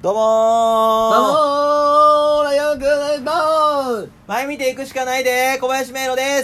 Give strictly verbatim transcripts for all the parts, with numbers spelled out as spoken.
どうもーどうもーライオンくんです。 前見ていくしかないで小林迷路です、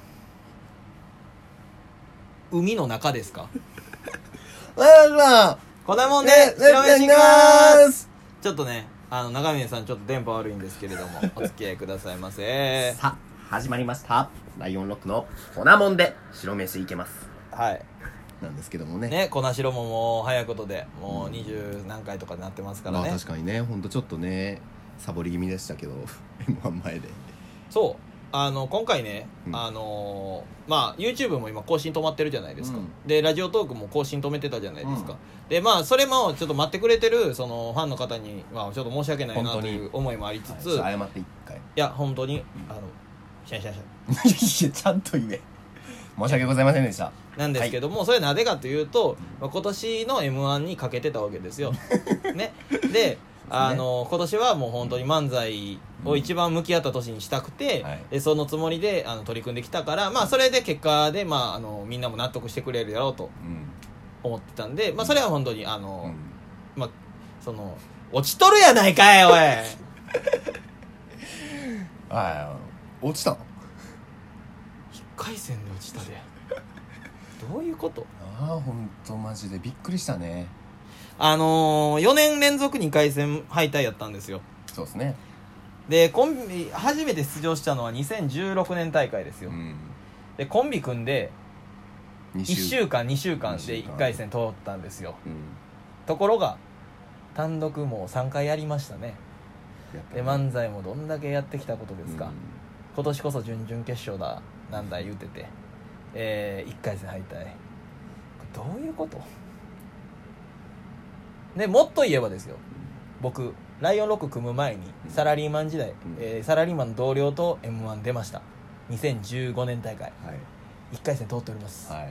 うん、海の中ですかおはようございます。 こんなもんで白飯いきまーす。ちょっとねあの長峰さんちょっと電波悪いんですけれどもお付き合いくださいませさあ始まりましたライオンロックの粉もんで白飯いけますはいなんですけどもね。 ね、粉白ももう早いことでもう二十何回とかになってますからね、 まあ確かにね、ほんとちょっとねサボり気味でしたけどエムワン 前でそうあの今回ね、 うん、 あのー、まあ YouTube も今更新止まってるじゃないですか、 うん、 でラジオトークも更新止めてたじゃないですか、 うん、 でまあそれもちょっと待ってくれてるそのファンの方に、まあ、ちょっと申し訳ないなという思いもありつつ、 はい、謝って一回いや本当にあのシャンシャンシャンちゃんと言え申し訳ございませんでしたなんですけども、はい、それなぜかというと、まあ、今年の エムワン にかけてたわけですよねであの今年はもう本当に漫才を一番向き合った年にしたくて、うんはい、でそのつもりであの取り組んできたから、まあ、それで結果で、まあ、あのみんなも納得してくれるやろうと思ってたんで、まあ、それは本当にあの、うんまあ、その落ちとるやないかいおいあ落ちたのいっかい戦で落ちたでどういうこと？ ああほんとマジでびっくりしたね。 あのー、よねん連続にかい戦敗退やったんですよ。 そうですね。 でコンビ初めて出場したのはにせんじゅうろくねん大会ですよ、うん、でコンビ組んでいっしゅうかんにしゅうかんでいっかい戦通ったんですよ、うん、ところが単独もさんかいやりましたね。で漫才もどんだけやってきたことですか、うん、今年こそ準々決勝だなんだ言うてて、えー、いっかい戦敗退。どういうことでもっと言えばですよ、僕ライオンロック組む前にサラリーマン時代、うんえー、サラリーマンの同僚と エムワン 出ました。にせんじゅうごねん大会、はい、いっかい戦通っております、はい、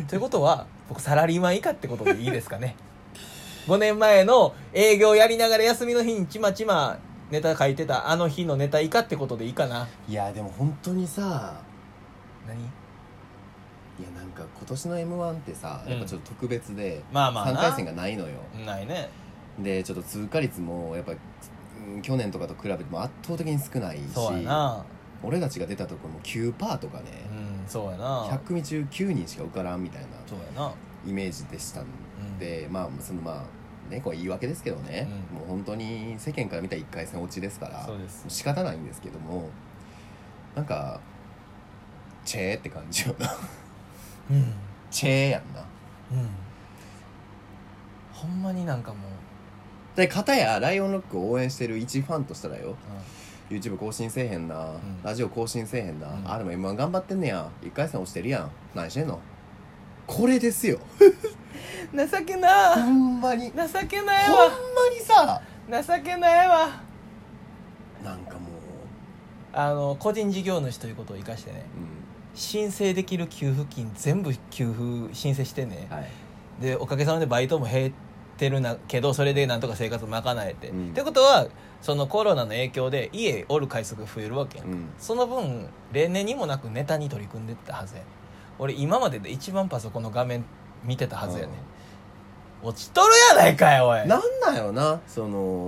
ということは僕サラリーマン以下ってことでいいですかねごねんまえの営業やりながら休みの日にちまちまネタ書いてたあの日のネタ以下ってことでいいかな。 いやでも本当にさ何いやなんか今年の エムワン ってさ、うん、やっぱちょっと特別で、 まあまあさんかい戦がないのよ。 ないね。 でちょっと通過率もやっぱ、うん、去年とかと比べても圧倒的に少ないし、 そうやな。 俺たちが出たところも きゅうパーセント とかね、 うん、そうやな。 ひゃく組中きゅうにんしか受からんみたいなそうやなイメージでしたんで、うん、まあそのまあねこれ言い訳ですけどね、うん、もう本当に世間から見たらいっかい戦落ちですからそうです仕方ないんですけども、なんかチェーって感じよなうん、 チェーやんな、 うん、ほんまになんかもうで片やライオンロックを応援してる一ファンとしたらよ、うん、YouTube 更新せえへんな、うん、ラジオ更新せえへんな、うん、あでも エムワン 頑張ってんねや、いっかい戦落ちてるやん、何してんのこれですよ情けなほんまに情けないわ、 ほんまにさ情けないわ。 なんかもうあの個人事業主ということを生かしてね、うん申請できる給付金全部給付申請してね、はい、でおかげさまでバイトも減ってるなけどそれでなんとか生活賄えて、うん、ってことはそのコロナの影響で家おる回数が増えるわけやん、うん、その分例年にもなくネタに取り組んでったはずやね。俺今までで一番パソコンの画面見てたはずやね、うん、落ちとるやないかよおい。 なんなんやろな、その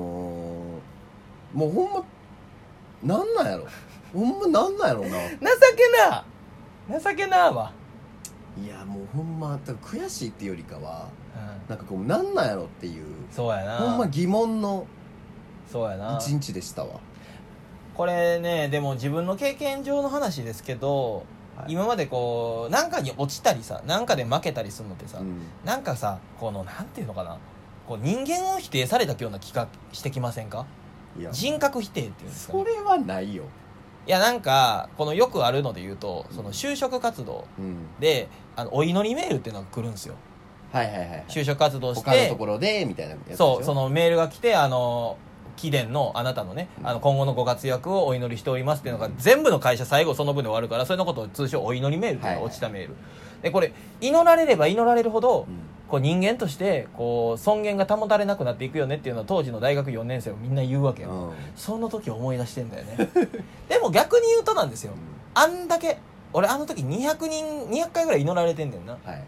もうほんまなんなんやろほんまなんなんやろな情けな情けなわ。 いやもうほんま悔しいっていうよりかは、うん、なんかこうなんなんやろっていうそうやなほんま疑問のそうやな一日でしたわ。 これねでも自分の経験上の話ですけど、はい、今までこうなんかに落ちたりさなんかで負けたりするのってさ、うん、なんかさこのなんていうのかなこう人間を否定されたような気がしてきませんか。いや人格否定っていうんですか、ね、 それはないよ。 いやなんかこのよくあるので言うとその就職活動で、うん、あのお祈りメールっていうのが来るんですよ。 はいはいはい、はい、 就職活動して他のところでみたいなやつでしょ。 そうそのメールが来てあの貴殿のあなたのね、うん、あの今後のご活躍をお祈りしておりますっていうのが、うん、全部の会社最後その分で終わるからそれのことを通称お祈りメールっていうのが落ちたメール、はいはい、でこれ祈られれば祈られるほど、うんこう人間としてこう尊厳が保たれなくなっていくよねっていうのは当時の大学よねん生はみんな言うわけよ、うん、その時思い出してんだよねでも逆に言うとなんですよ、うん、あんだけ俺あの時にひゃくにんにひゃっかいぐらい祈られてんねんな、はい、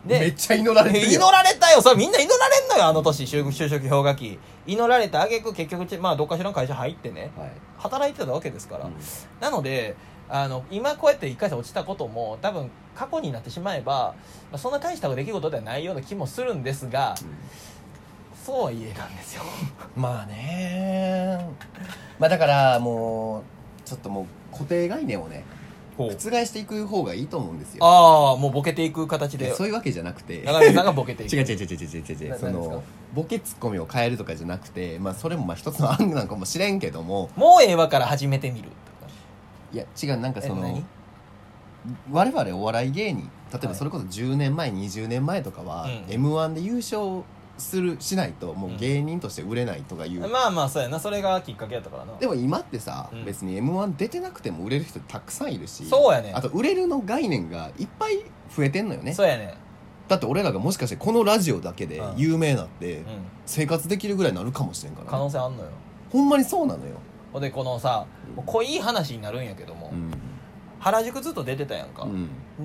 でめっちゃ祈られてるよ。 祈られたよ。それみんな祈られんのよ、あの年。就就職氷河期祈られた挙句結局まあどっかしらの会社入ってね、はい、働いてたわけですから、うん、なのであの今こうやっていっかい戦落ちたことも多分過去になってしまえば、まあ、そんな大した出来事ではないような気もするんですが、うん、そうはいえなんですよまあね、まあだからもうちょっともう固定概念をね覆していく方がいいと思うんですよ。 ああ、もうボケていく形で。 そういうわけじゃなくて、 中根さんがボケていく。 違う違う違う違う違う違うそのボケツッコミを変えるとかじゃなくて、まあそれもまあ一つの案なのかもしれんけども、 もうええわから始めてみるとか。 いや違う、なんかその我々お笑い芸人、例えばそれこそじゅうねんまえ、はい、にじゅうねんまえとかは、うん、エムワン で優勝するしないともう芸人として売れないとかいう、 うん、まあまあそうやな、それがきっかけやったからな。 でも今ってさ、うん、別に エムワン 出てなくても売れる人たくさんいるし、 そうやね。 あと売れるの概念がいっぱい増えてんのよね。 そうやね。 だって俺らがもしかしてこのラジオだけで有名になって、うん、生活できるぐらいになるかもしれんから、ね、 可能性あんのよ。 ほんまにそうなのよ。 ほんでこのさ、うん、濃い話になるんやけども、うん、原宿ずっと出てたやんか、うん、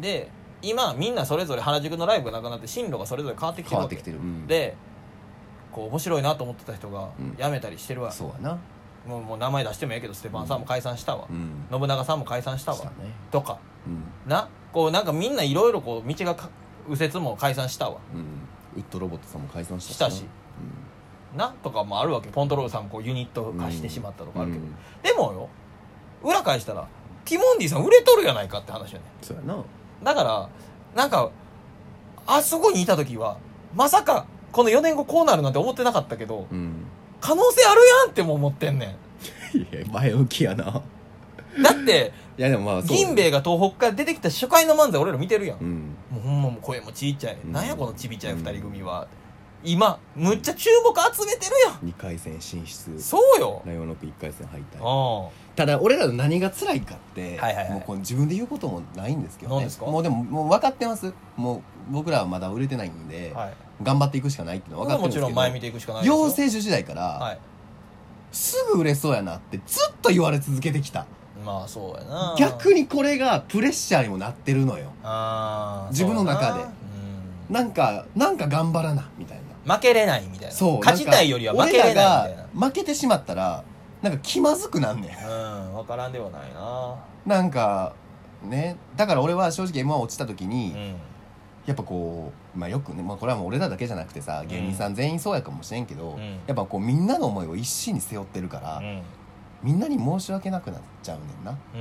で今みんなそれぞれ原宿のライブがなくなって進路がそれぞれ変わってきてるわけ。 変わってきてる、うん、 でこう面白いなと思ってた人が辞めたりしてるわ、うん、 そうやな。 もう、もう名前出してもええけどステパンさんも解散したわ、うん、信長さんも解散したわ、ね、とか、うん、なこうなんかみんないろいろこう道がか右折も解散したわ、 うん、ウッドロボットさんも解散したししたし、うん、なとかもあるわけ。コントロールさんもこうユニット化してしまったとかあるけど、うん、でもよ裏返したらティモンディさん売れとるやないかって話よね。 そうやな。 だからなんかあそこにいた時はまさかこのよねんごこうなるなんて思ってなかったけど、うん、可能性あるやんっても思ってんねん。いや前向きやな。だっていやでもまあ銀兵衛が東北から出てきた初回の漫才俺ら見てるやん、うん、もうほんまもう声もちいちゃい、うん、なんやこのちびちゃいふたり組は、うん、今むっちゃ注目集めてるやん。 にかい戦進出。 そうよ。 ライオンロックいっかい戦敗退。ただ俺らの何が辛いかって、 はいはいはい、 もうこう自分で言うこともないんですけどね。 何ですか。 もうでももう分かってます。もう僕らはまだ売れてないんで、はい、頑張っていくしかないっていうのは分かってるんですけど、 もちろん前見ていくしかないですよ。 養成所時代から、はい、すぐ売れそうやなってずっと言われ続けてきた。 まあそうやな。 逆にこれがプレッシャーにもなってるのよ。あ自分の中で、うん、なんかなんか頑張らなみたいな。負けれないみたいな。そう勝ちたいよりは負けれないみたいな。 俺らが負けてしまったらなんか気まずくなんねん。 うん分からんではないな。 なんかね、だから俺は正直 エムワン 落ちた時に、うん、やっぱこう、まあ、よくね、まあ、これはもう俺らだけじゃなくてさ芸人さん全員そうやかもしれんけど、うん、やっぱこうみんなの思いを一身に背負ってるから、うん、みんなに申し訳なくなっちゃうねんな、うん、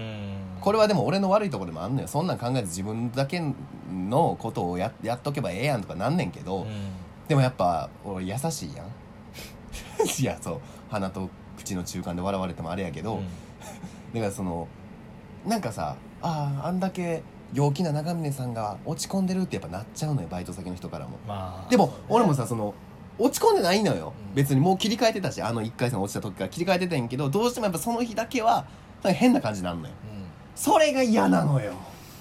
これはでも俺の悪いところでもあんのよ。そんなん考えず自分だけのことを や, やっとけばええやんとかなんねんけど、うん、でもやっぱ俺優しいやんいやそう鼻と口の中間で笑われてもあれやけど、うん、だからそのなんかさあああんだけ陽気な長峰さんが落ち込んでるってやっぱなっちゃうのよバイト先の人からも、まあ、でも、ね、俺もさその落ち込んでないのよ、うん、別にもう切り替えてたしあのいっかい戦落ちた時から切り替えてたんやけどどうしてもやっぱその日だけはなんか変な感じになるのよ、うん、それが嫌なのよ。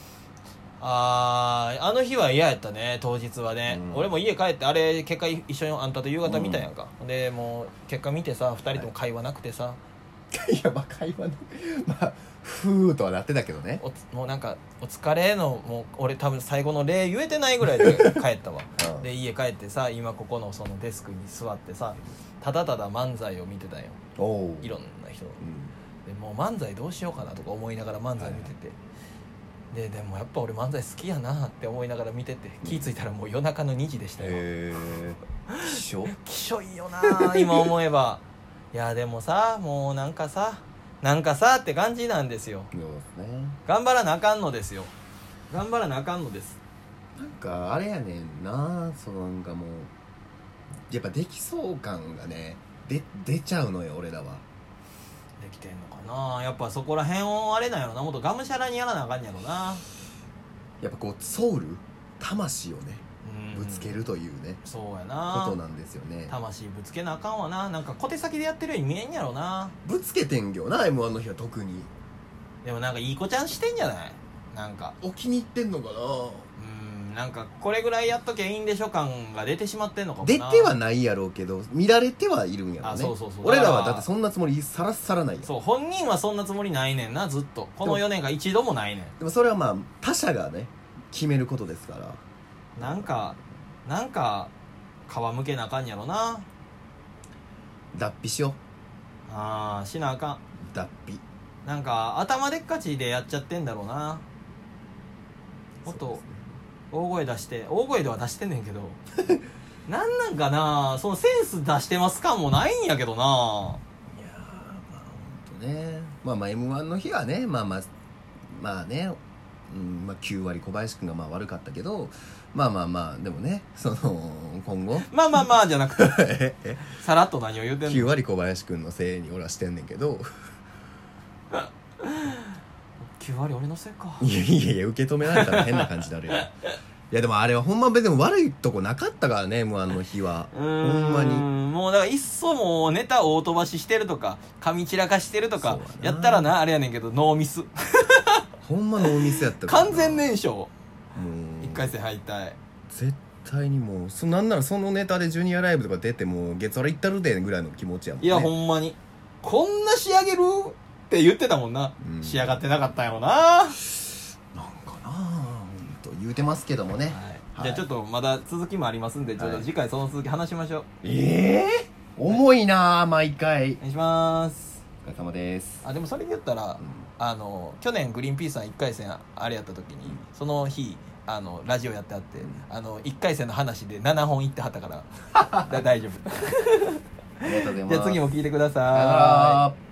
あーあの日は嫌やったね当日はね、うん、俺も家帰ってあれ結果一緒にあんたと夕方見たやんか、うん、でもう結果見てさふたりとも会話なくてさ、はい、 いやまあ会話のまあふーとはなってたけどね。 おもうなんかお疲れのもう俺多分最後の礼言えてないぐらいで帰ったわ、うん、で家帰ってさ今ここのそのデスクに座ってさただただ漫才を見てたよ。おいろんな人、うん、でもう漫才どうしようかなとか思いながら漫才見てて、はい、ででもやっぱ俺漫才好きやなって思いながら見てて気付いたらもう夜中のにじでしたよ。へーきしょきしょいよな今思えばいやでもさもうなんかさなんかさって感じなんですよ。そうですね。頑張らなあかんのですよ。頑張らなあかんのです。 なんかあれやねんな、そのなんかもうやっぱできそう感がねで出ちゃうのよ俺らは。 できてんのかな。やっぱそこら辺をあれなんやろな、もっとがむしゃらにやらなあかんやろな。 やっぱこうソウル魂をねぶつけるというね、 そうやなことなんですよね。 魂ぶつけなあかんわな。なんか小手先でやってるように見えんやろな。 ぶつけてんぎょな エムワン の日は特に。 でもなんかいい子ちゃんしてんじゃない。なんかお気に入ってんのかな。 うんなんかこれぐらいやっときゃいいんでしょ感が出てしまってんのかもな。 出てはないやろうけど見られてはいるんやろね。あそうそうそう。俺らはだってそんなつもりさらさらないやん。 そう本人はそんなつもりないねんなずっとこのよねんが一度もないねん。 でもそれはまあ他者がね決めることですから。 なんかなんか皮むけなあかんやろな。 脱皮しよう。 ああしなあかん。 脱皮なんか頭でっかちでやっちゃってんだろうな。もっと大声出して、大声では出してんねんけどなんなんかな、そのセンス出してます感もないんやけどな。 いやーまあほんとね、まあまあ エムワン の日はね、まあまあまあね、うんまあ、きゅう割小林くんがまあ悪かったけど、まあまあまあでもね、その今後まあまあまあじゃなくてさらっと何を言うてんの。 きゅう割小林くんのせいに俺はしてんねんけどきゅう割俺のせいか。 いやいやいや受け止められたら変な感じになるよ。いやでもあれはほんま別に悪いとこなかったからね、 エムワン の日は。ほんまにもうだからいっそもうネタ大飛ばししてるとか噛み散らかしてるとかやったらなあれやねんけど、ノーミスほんまノーミスやったから完全燃焼。もういっかい戦敗退。 絶対にもうそなんならそのネタでジュニアライブとか出ても月原行ったるでぐらいの気持ちやもんね。 いやほんまにこんな仕上げるって言ってたもんな、 うん、 仕上がってなかったんやろな。 なんかなほんと言うてますけどもね、 はい、じゃあちょっとまだ続きもありますんで、ちょっと次回その続き話しましょう。 ええー、重いな毎回。 お願いします。 お疲れ様です。 あでもそれで言ったら、うん、あの去年グリーンピースさんいっかい戦あれやった時に、うん、その日あのラジオやってあって、うん、あのいっかい戦の話でななほんいってはったから大丈夫ありがとうございます。 じゃあ次も聞いてください。 さよなら。